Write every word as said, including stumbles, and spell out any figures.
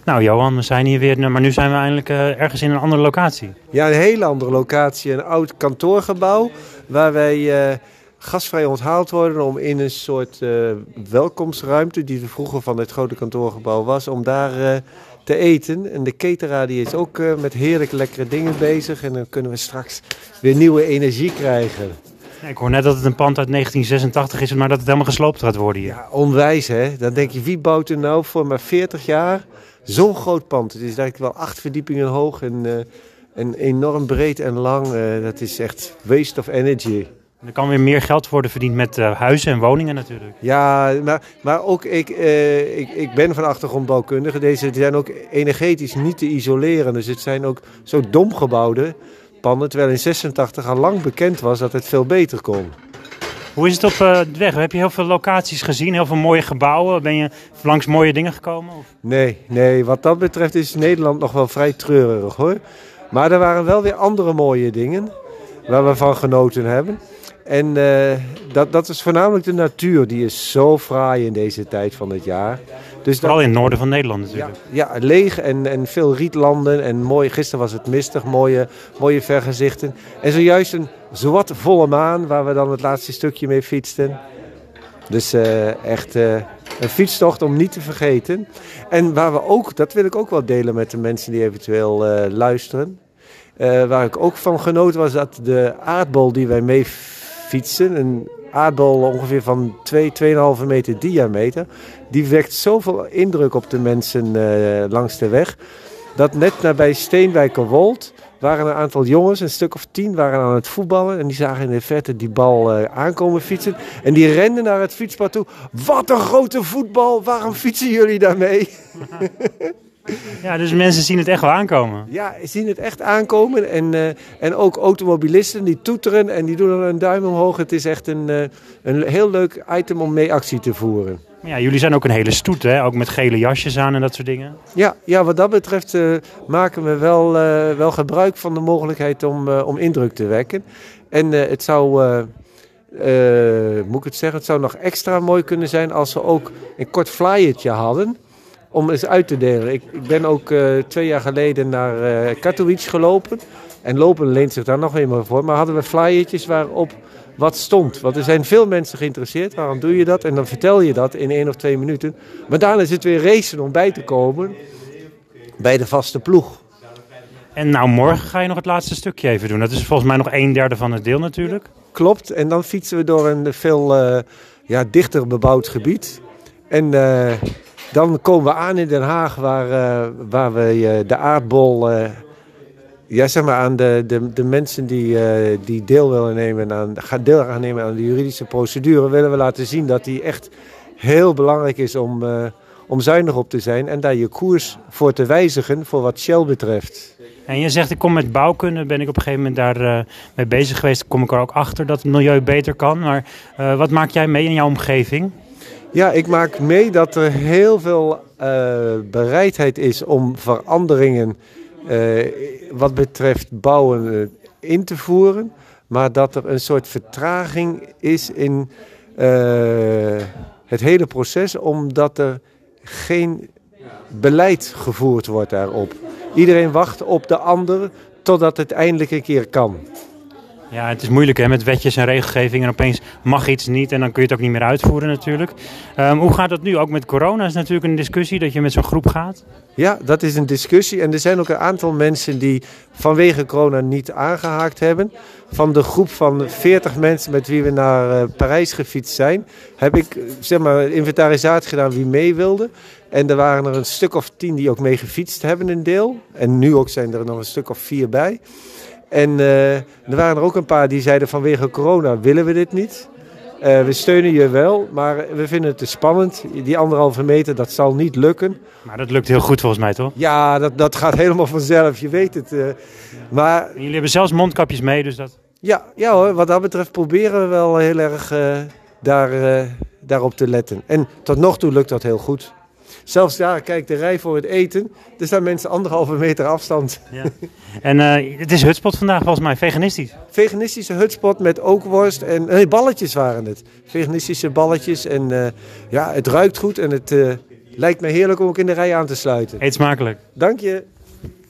Nou Johan, we zijn hier weer, maar nu zijn we eindelijk uh, ergens in een andere locatie. Ja, een hele andere locatie. Een oud kantoorgebouw waar wij uh, gastvrij onthaald worden om in een soort uh, welkomstruimte die vroeger van het grote kantoorgebouw was, om daar uh, te eten. En de cateraar die is ook uh, met heerlijk lekkere dingen bezig en dan kunnen we straks weer nieuwe energie krijgen. Ja, ik hoor net dat het een pand uit negentien zesentachtig is, maar dat het helemaal gesloopt gaat worden hier. Ja, onwijs hè. Dan denk je, wie bouwt er nou voor maar veertig jaar zo'n groot pand? Het is eigenlijk wel acht verdiepingen hoog en, uh, en enorm breed en lang. Uh, dat is echt waste of energy. Er kan weer meer geld worden verdiend met uh, huizen en woningen natuurlijk. Ja, maar, maar ook ik, uh, ik, ik ben van achtergrond bouwkundige. Deze zijn ook energetisch niet te isoleren. Dus het zijn ook zo dom gebouwde panden. Terwijl in zesentachtig al lang bekend was dat het veel beter kon. Hoe is het op uh, de weg? Heb je heel veel locaties gezien? Heel veel mooie gebouwen? Ben je langs mooie dingen gekomen? Of? Nee, nee, wat dat betreft is Nederland nog wel vrij treurig hoor. Maar er waren wel weer andere mooie dingen waar we van genoten hebben. En uh, dat, dat is voornamelijk de natuur. Die is zo fraai in deze tijd van het jaar. Dus Vooral dat, in het noorden van Nederland natuurlijk. Ja, ja leeg en, en veel rietlanden. En mooi, gisteren was het mistig, mooie, mooie vergezichten. En zojuist een zowat volle maan waar we dan het laatste stukje mee fietsten. Dus uh, echt uh, een fietstocht om niet te vergeten. En waar we ook, dat wil ik ook wel delen met de mensen die eventueel uh, luisteren. Uh, waar ik ook van genoten was dat de aardbol die wij mee fietsen, een aardbol ongeveer van twee, twee komma vijf meter diameter, die wekt zoveel indruk op de mensen uh, langs de weg, dat net nabij Steenwijkerwold waren een aantal jongens, een stuk of tien, waren aan het voetballen en die zagen in de verte die bal uh, aankomen fietsen en die renden naar het fietspad toe. Wat een grote voetbal, waarom fietsen jullie daarmee? Ja, dus mensen zien het echt wel aankomen. Ja, zien het echt aankomen. En, uh, en ook automobilisten die toeteren en die doen dan een duim omhoog. Het is echt een, uh, een heel leuk item om mee actie te voeren. Ja, jullie zijn ook een hele stoet, hè? Ook met gele jasjes aan en dat soort dingen. Ja, ja wat dat betreft uh, maken we wel, uh, wel gebruik van de mogelijkheid om, uh, om indruk te wekken. En uh, het zou... Uh, uh, moet ik het zeggen, het zou nog extra mooi kunnen zijn als we ook een kort flyertje hadden om eens uit te delen. Ik, ik ben ook uh, twee jaar geleden naar uh, Katowice gelopen. En lopen leent zich daar nog eenmaal voor. Maar hadden we flyertjes waarop wat stond. Want er zijn veel mensen geïnteresseerd. Waarom doe je dat? En dan vertel je dat in één of twee minuten. Maar daarna is het weer racen om bij te komen bij de vaste ploeg. En nou, morgen ga je nog het laatste stukje even doen. Dat is volgens mij nog een derde van het deel natuurlijk. Klopt. En dan fietsen we door een veel uh, ja, dichter bebouwd gebied. En Uh, Dan komen we aan in Den Haag waar, uh, waar we uh, de aardbol, uh, ja, zeg maar aan de, de, de mensen die, uh, die deel willen nemen aan, deel gaan nemen aan de juridische procedure, willen we laten zien dat die echt heel belangrijk is om, uh, om zuinig op te zijn en daar je koers voor te wijzigen voor wat Shell betreft. En je zegt, ik kom met bouwkunde, ben ik op een gegeven moment daar uh, mee bezig geweest, kom ik er ook achter dat het milieu beter kan. Maar uh, wat maak jij mee in jouw omgeving? Ja, ik maak mee dat er heel veel uh, bereidheid is om veranderingen uh, wat betreft bouwen uh, in te voeren. Maar dat er een soort vertraging is in uh, het hele proces, omdat er geen beleid gevoerd wordt daarop. Iedereen wacht op de ander totdat het eindelijk een keer kan. Ja, het is moeilijk hè, met wetjes en regelgeving en opeens mag iets niet en dan kun je het ook niet meer uitvoeren natuurlijk. Um, hoe gaat dat nu? Ook met corona is natuurlijk een discussie dat je met zo'n groep gaat. Ja, dat is een discussie en er zijn ook een aantal mensen die vanwege corona niet aangehaakt hebben. Van de groep van veertig mensen met wie we naar uh, Parijs gefietst zijn, heb ik zeg maar inventarisatie gedaan wie mee wilde. En er waren er een stuk of tien die ook mee gefietst hebben een deel. En nu ook zijn er nog een stuk of vier bij. En uh, er waren er ook een paar die zeiden vanwege corona willen we dit niet. Uh, we steunen je wel, maar we vinden het te spannend. Die anderhalve meter, dat zal niet lukken. Maar dat lukt heel goed volgens mij, toch? Ja, dat, dat gaat helemaal vanzelf, je weet het. Uh, maar en jullie hebben zelfs mondkapjes mee, dus dat... Ja, ja hoor, wat dat betreft proberen we wel heel erg uh, daar, uh, daarop te letten. En tot nog toe lukt dat heel goed. Zelfs daar, kijk, de rij voor het eten. Er staan mensen anderhalve meter afstand. Ja. En uh, het is hutspot vandaag volgens mij, veganistisch. Veganistische hutspot met ook worst en nee, balletjes waren het. Veganistische balletjes en uh, ja, het ruikt goed en het, uh, lijkt me heerlijk om ook in de rij aan te sluiten. Eet smakelijk. Dank je.